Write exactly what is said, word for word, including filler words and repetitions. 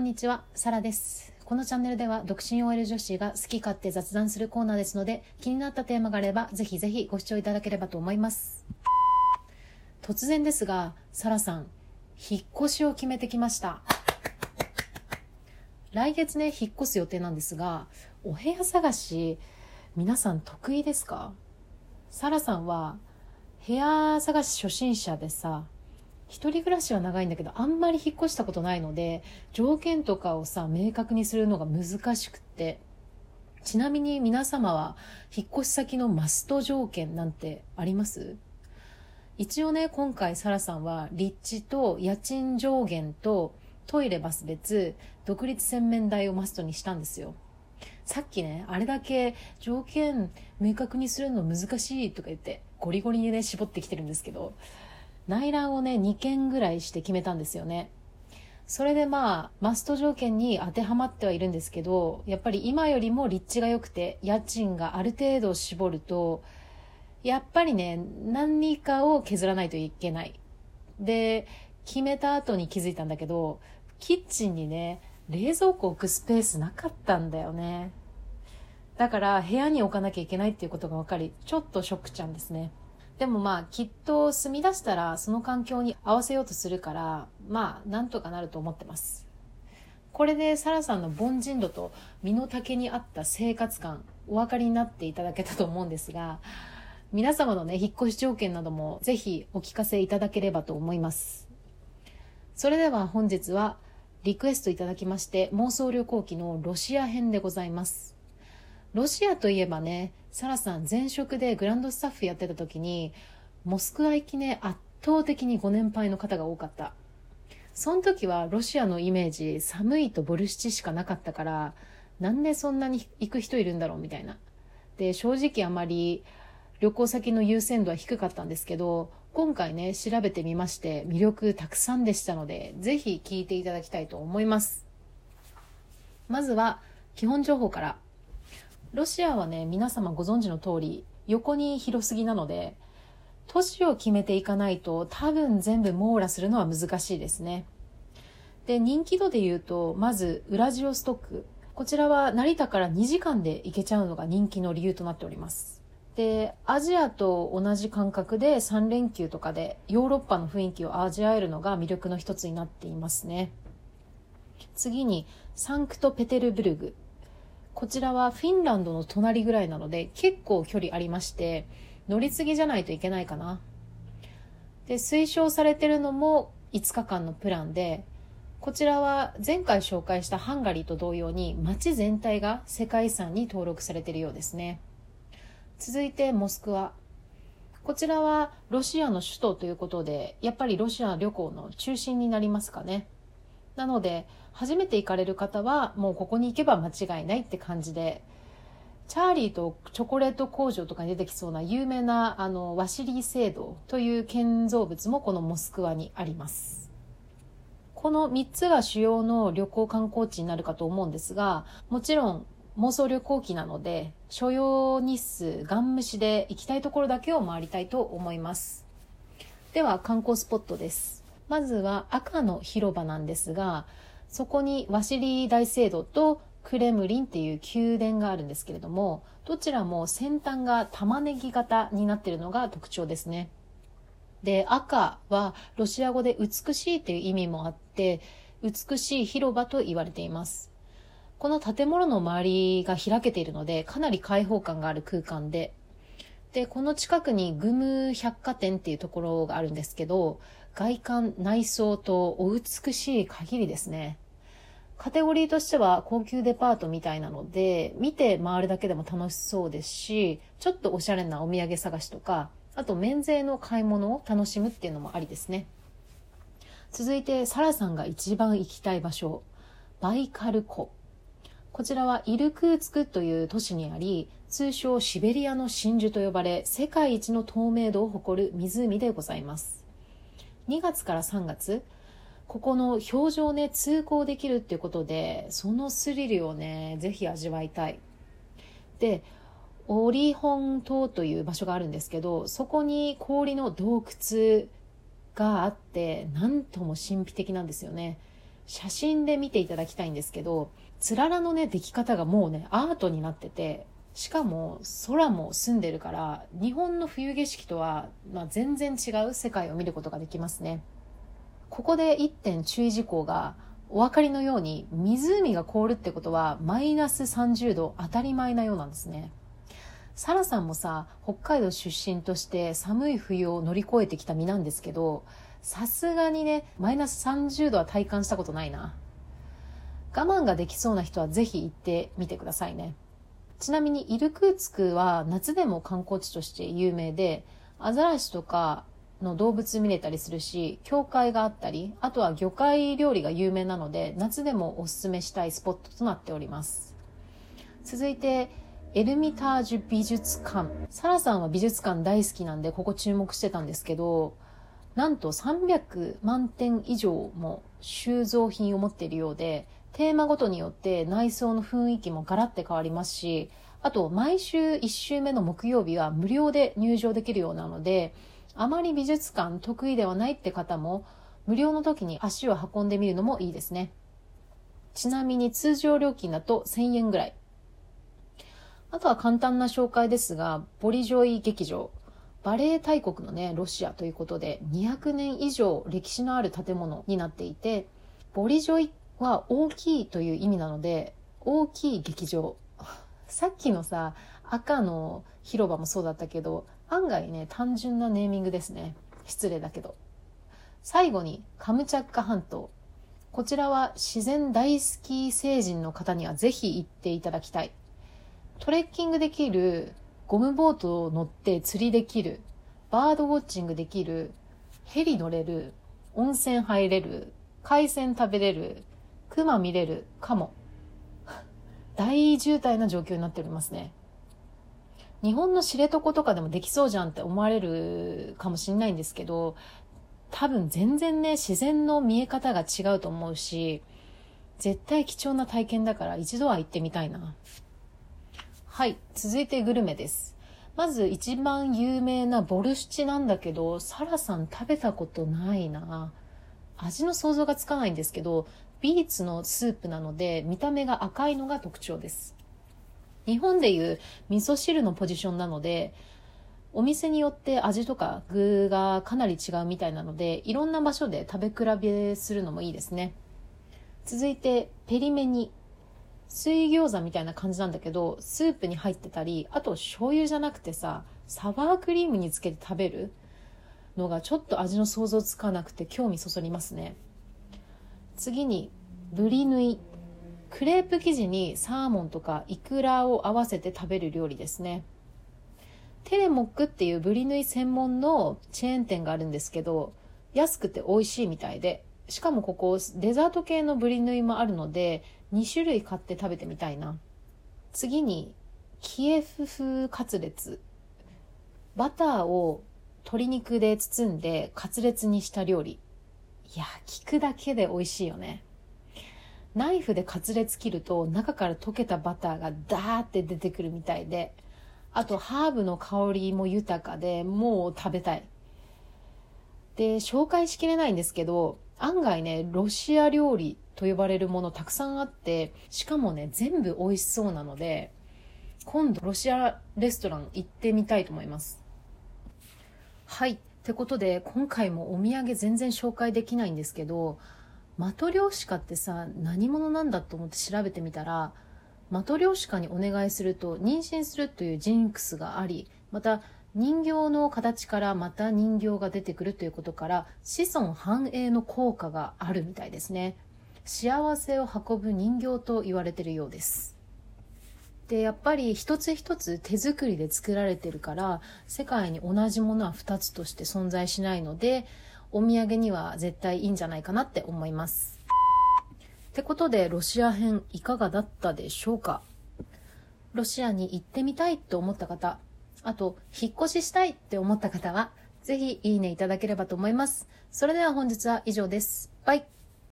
んにちは、サラです。このチャンネルでは独身 オーエル 女子が好き勝手雑談するコーナーですので、気になったテーマがあればぜひぜひご視聴いただければと思います。突然ですが、サラさん、引っ越しを決めてきました。来月ね、引っ越す予定なんですが、お部屋探し、皆さん得意ですか？サラさんは部屋探し初心者でさ、一人暮らしは長いんだけどあんまり引っ越したことないので、条件とかをさ明確にするのが難しくって、ちなみに皆様は引っ越し先のマスト条件なんてあります？一応ね、今回サラさんは立地と家賃上限とトイレバス別独立洗面台をマストにしたんですよ。さっきね、あれだけ条件明確にするの難しいとか言ってゴリゴリにね絞ってきてるんですけど、内覧をねにけんぐらいして決めたんですよね。それでまあマスト条件に当てはまってはいるんですけど、やっぱり今よりも立地が良くて家賃がある程度絞ると、やっぱりね何かを削らないといけない。で決めた後に気づいたんだけど、キッチンにね冷蔵庫置くスペースなかったんだよね。だから部屋に置かなきゃいけないっていうことが分かり、ちょっとショックちゃんですね。でもまあきっと住み出したらその環境に合わせようとするから、まあなんとかなると思ってます。これでサラさんの凡人度と身の丈に合った生活感お分かりになっていただけたと思うんですが、皆様のね引っ越し条件などもぜひお聞かせいただければと思います。それでは本日はリクエストいただきまして妄想旅行記のロシア編でございます。ロシアといえばね、サラさん前職でグランドスタッフやってた時にモスクワ行きね、圧倒的にご年配の方が多かった。その時はロシアのイメージ寒いとボルシチしかなかったから、なんでそんなに行く人いるんだろうみたいな。で正直あまり旅行先の優先度は低かったんですけど、今回ね調べてみまして魅力たくさんでしたので、ぜひ聞いていただきたいと思います。まずは基本情報から。ロシアはね、皆様ご存知の通り横に広すぎなので、都市を決めていかないと多分全部網羅するのは難しいですね。で人気度で言うと、まずウラジオストク、こちらは成田からにじかんで行けちゃうのが人気の理由となっております。でアジアと同じ感覚でさんれんきゅうとかでヨーロッパの雰囲気を味わえるのが魅力の一つになっていますね。次にサンクトペテルブルグ、こちらはフィンランドの隣ぐらいなので結構距離ありまして、乗り継ぎじゃないといけないかな。で推奨されているのもいつかかんのプランで、こちらは前回紹介したハンガリーと同様に街全体が世界遺産に登録されているようですね。続いてモスクワ、こちらはロシアの首都ということで、やっぱりロシア旅行の中心になりますかね。なので初めて行かれる方はもうここに行けば間違いないって感じで、チャーリーとチョコレート工場とかに出てきそうな有名なあのワシリー聖堂という建造物もこのモスクワにあります。このみっつが主要の旅行観光地になるかと思うんですが、もちろん妄想旅行記なので所要日数ガン無視で行きたいところだけを回りたいと思います。では観光スポットです。まずは赤の広場なんですが、そこにワシリー大聖堂とクレムリンっていう宮殿があるんですけれども、どちらも先端が玉ねぎ型になっているのが特徴ですね。で赤はロシア語で美しいという意味もあって、美しい広場と言われています。この建物の周りが開けているのでかなり開放感がある空間で、でこの近くにグム百貨店っていうところがあるんですけど、外観内装とお美しい限りですね。カテゴリーとしては高級デパートみたいなので、見て回るだけでも楽しそうですし、ちょっとおしゃれなお土産探しとか、あと免税の買い物を楽しむっていうのもありですね。続いてサラさんが一番行きたい場所、バイカル湖。こちらはイルクーツクという都市にあり、通称シベリアの真珠と呼ばれ世界一の透明度を誇る湖でございます。にがつからさんがつ、ここの表情ね通行できるっていうことで、そのスリルをねぜひ味わいたい。でオリホン島という場所があるんですけど、そこに氷の洞窟があって、なんとも神秘的なんですよね。 写真で見ていただきたいんですけど、つららのね、出来方がもうね、アートになってて、しかも空も澄んでるから、日本の冬景色とは、まあ、全然違う世界を見ることができますね。ここで一点注意事項が、お分かりのように湖が凍るってことはマイナスさんじゅうど当たり前なようなんですね。サラさんもさ、北海道出身として寒い冬を乗り越えてきた身なんですけど、さすがにね、マイナスさんじゅうどは体感したことないな。我慢ができそうな人はぜひ行ってみてくださいね。ちなみにイルクーツクは夏でも観光地として有名で、アザラシとかの動物見れたりするし、教会があったり、あとは魚介料理が有名なので、夏でもおすすめしたいスポットとなっております。続いてエルミタージュ美術館。サラさんは美術館大好きなんでここ注目してたんですけど、なんとさんびゃくまんてん以上も収蔵品を持っているようで、テーマごとによって内装の雰囲気もガラッて変わりますし、あと毎週いち週目の木曜日は無料で入場できるようなので、あまり美術館得意ではないって方も無料の時に足を運んでみるのもいいですね。ちなみに通常料金だとせんえんぐらい。あとは簡単な紹介ですが、ボリジョイ劇場。バレエ大国のね、ロシアということでにひゃくねん以上歴史のある建物になっていて、ボリジョイは大きいという意味なので、大きい劇場。さっきのさ、赤の広場もそうだったけど、案外ね、単純なネーミングですね。失礼だけど。最後にカムチャッカ半島。こちらは自然大好き成人の方にはぜひ行っていただきたい。トレッキングできる、ゴムボートを乗って釣りできる、バードウォッチングできる、ヘリ乗れる、温泉入れる、海鮮食べれる、クマ見れるかも。大渋滞な状況になっておりますね。日本の知床とかでもできそうじゃんって思われるかもしれないんですけど、多分全然ね、自然の見え方が違うと思うし、絶対貴重な体験だから一度は行ってみたいな。はい、続いてグルメです。まず一番有名なボルシチなんだけど、サラさん食べたことないな。味の想像がつかないんですけど、ビーツのスープなので見た目が赤いのが特徴です。日本でいう味噌汁のポジションなので、お店によって味とか具がかなり違うみたいなので、いろんな場所で食べ比べするのもいいですね。続いてペリメニ。水餃子みたいな感じなんだけど、スープに入ってたり、あと醤油じゃなくてさ、サワークリームにつけて食べるのがちょっと味の想像つかなくて興味そそりますね。次にブリヌイ。クレープ生地にサーモンとかイクラを合わせて食べる料理ですね。テレモックっていうブリヌイ専門のチェーン店があるんですけど、安くて美味しいみたいで、しかもここデザート系のブリヌイもあるのでに種類買って食べてみたいな。次にキエフ風カツレツ。バターを鶏肉で包んでカツレツにした料理。いや、聞くだけで美味しいよね。ナイフでカツレツ切ると中から溶けたバターがダーって出てくるみたいで、あとハーブの香りも豊かでもう食べたい。で、紹介しきれないんですけど、案外ね、ロシア料理と呼ばれるものたくさんあって、しかもね、全部美味しそうなので、今度ロシアレストラン行ってみたいと思います。はい。ってことで、今回もお土産全然紹介できないんですけど、マトリョーシカってさ、何者なんだと思って調べてみたら、マトリョーシカにお願いすると妊娠するというジンクスがあり、また人形の形からまた人形が出てくるということから子孫繁栄の効果があるみたいですね。幸せを運ぶ人形と言われているようです。で、やっぱり一つ一つ手作りで作られてるから世界に同じものは二つとして存在しないので、お土産には絶対いいんじゃないかなって思います。ってことでロシア編いかがだったでしょうか。ロシアに行ってみたいと思った方、あと引っ越ししたいって思った方はぜひいいねいただければと思います。それでは本日は以上です。バイ。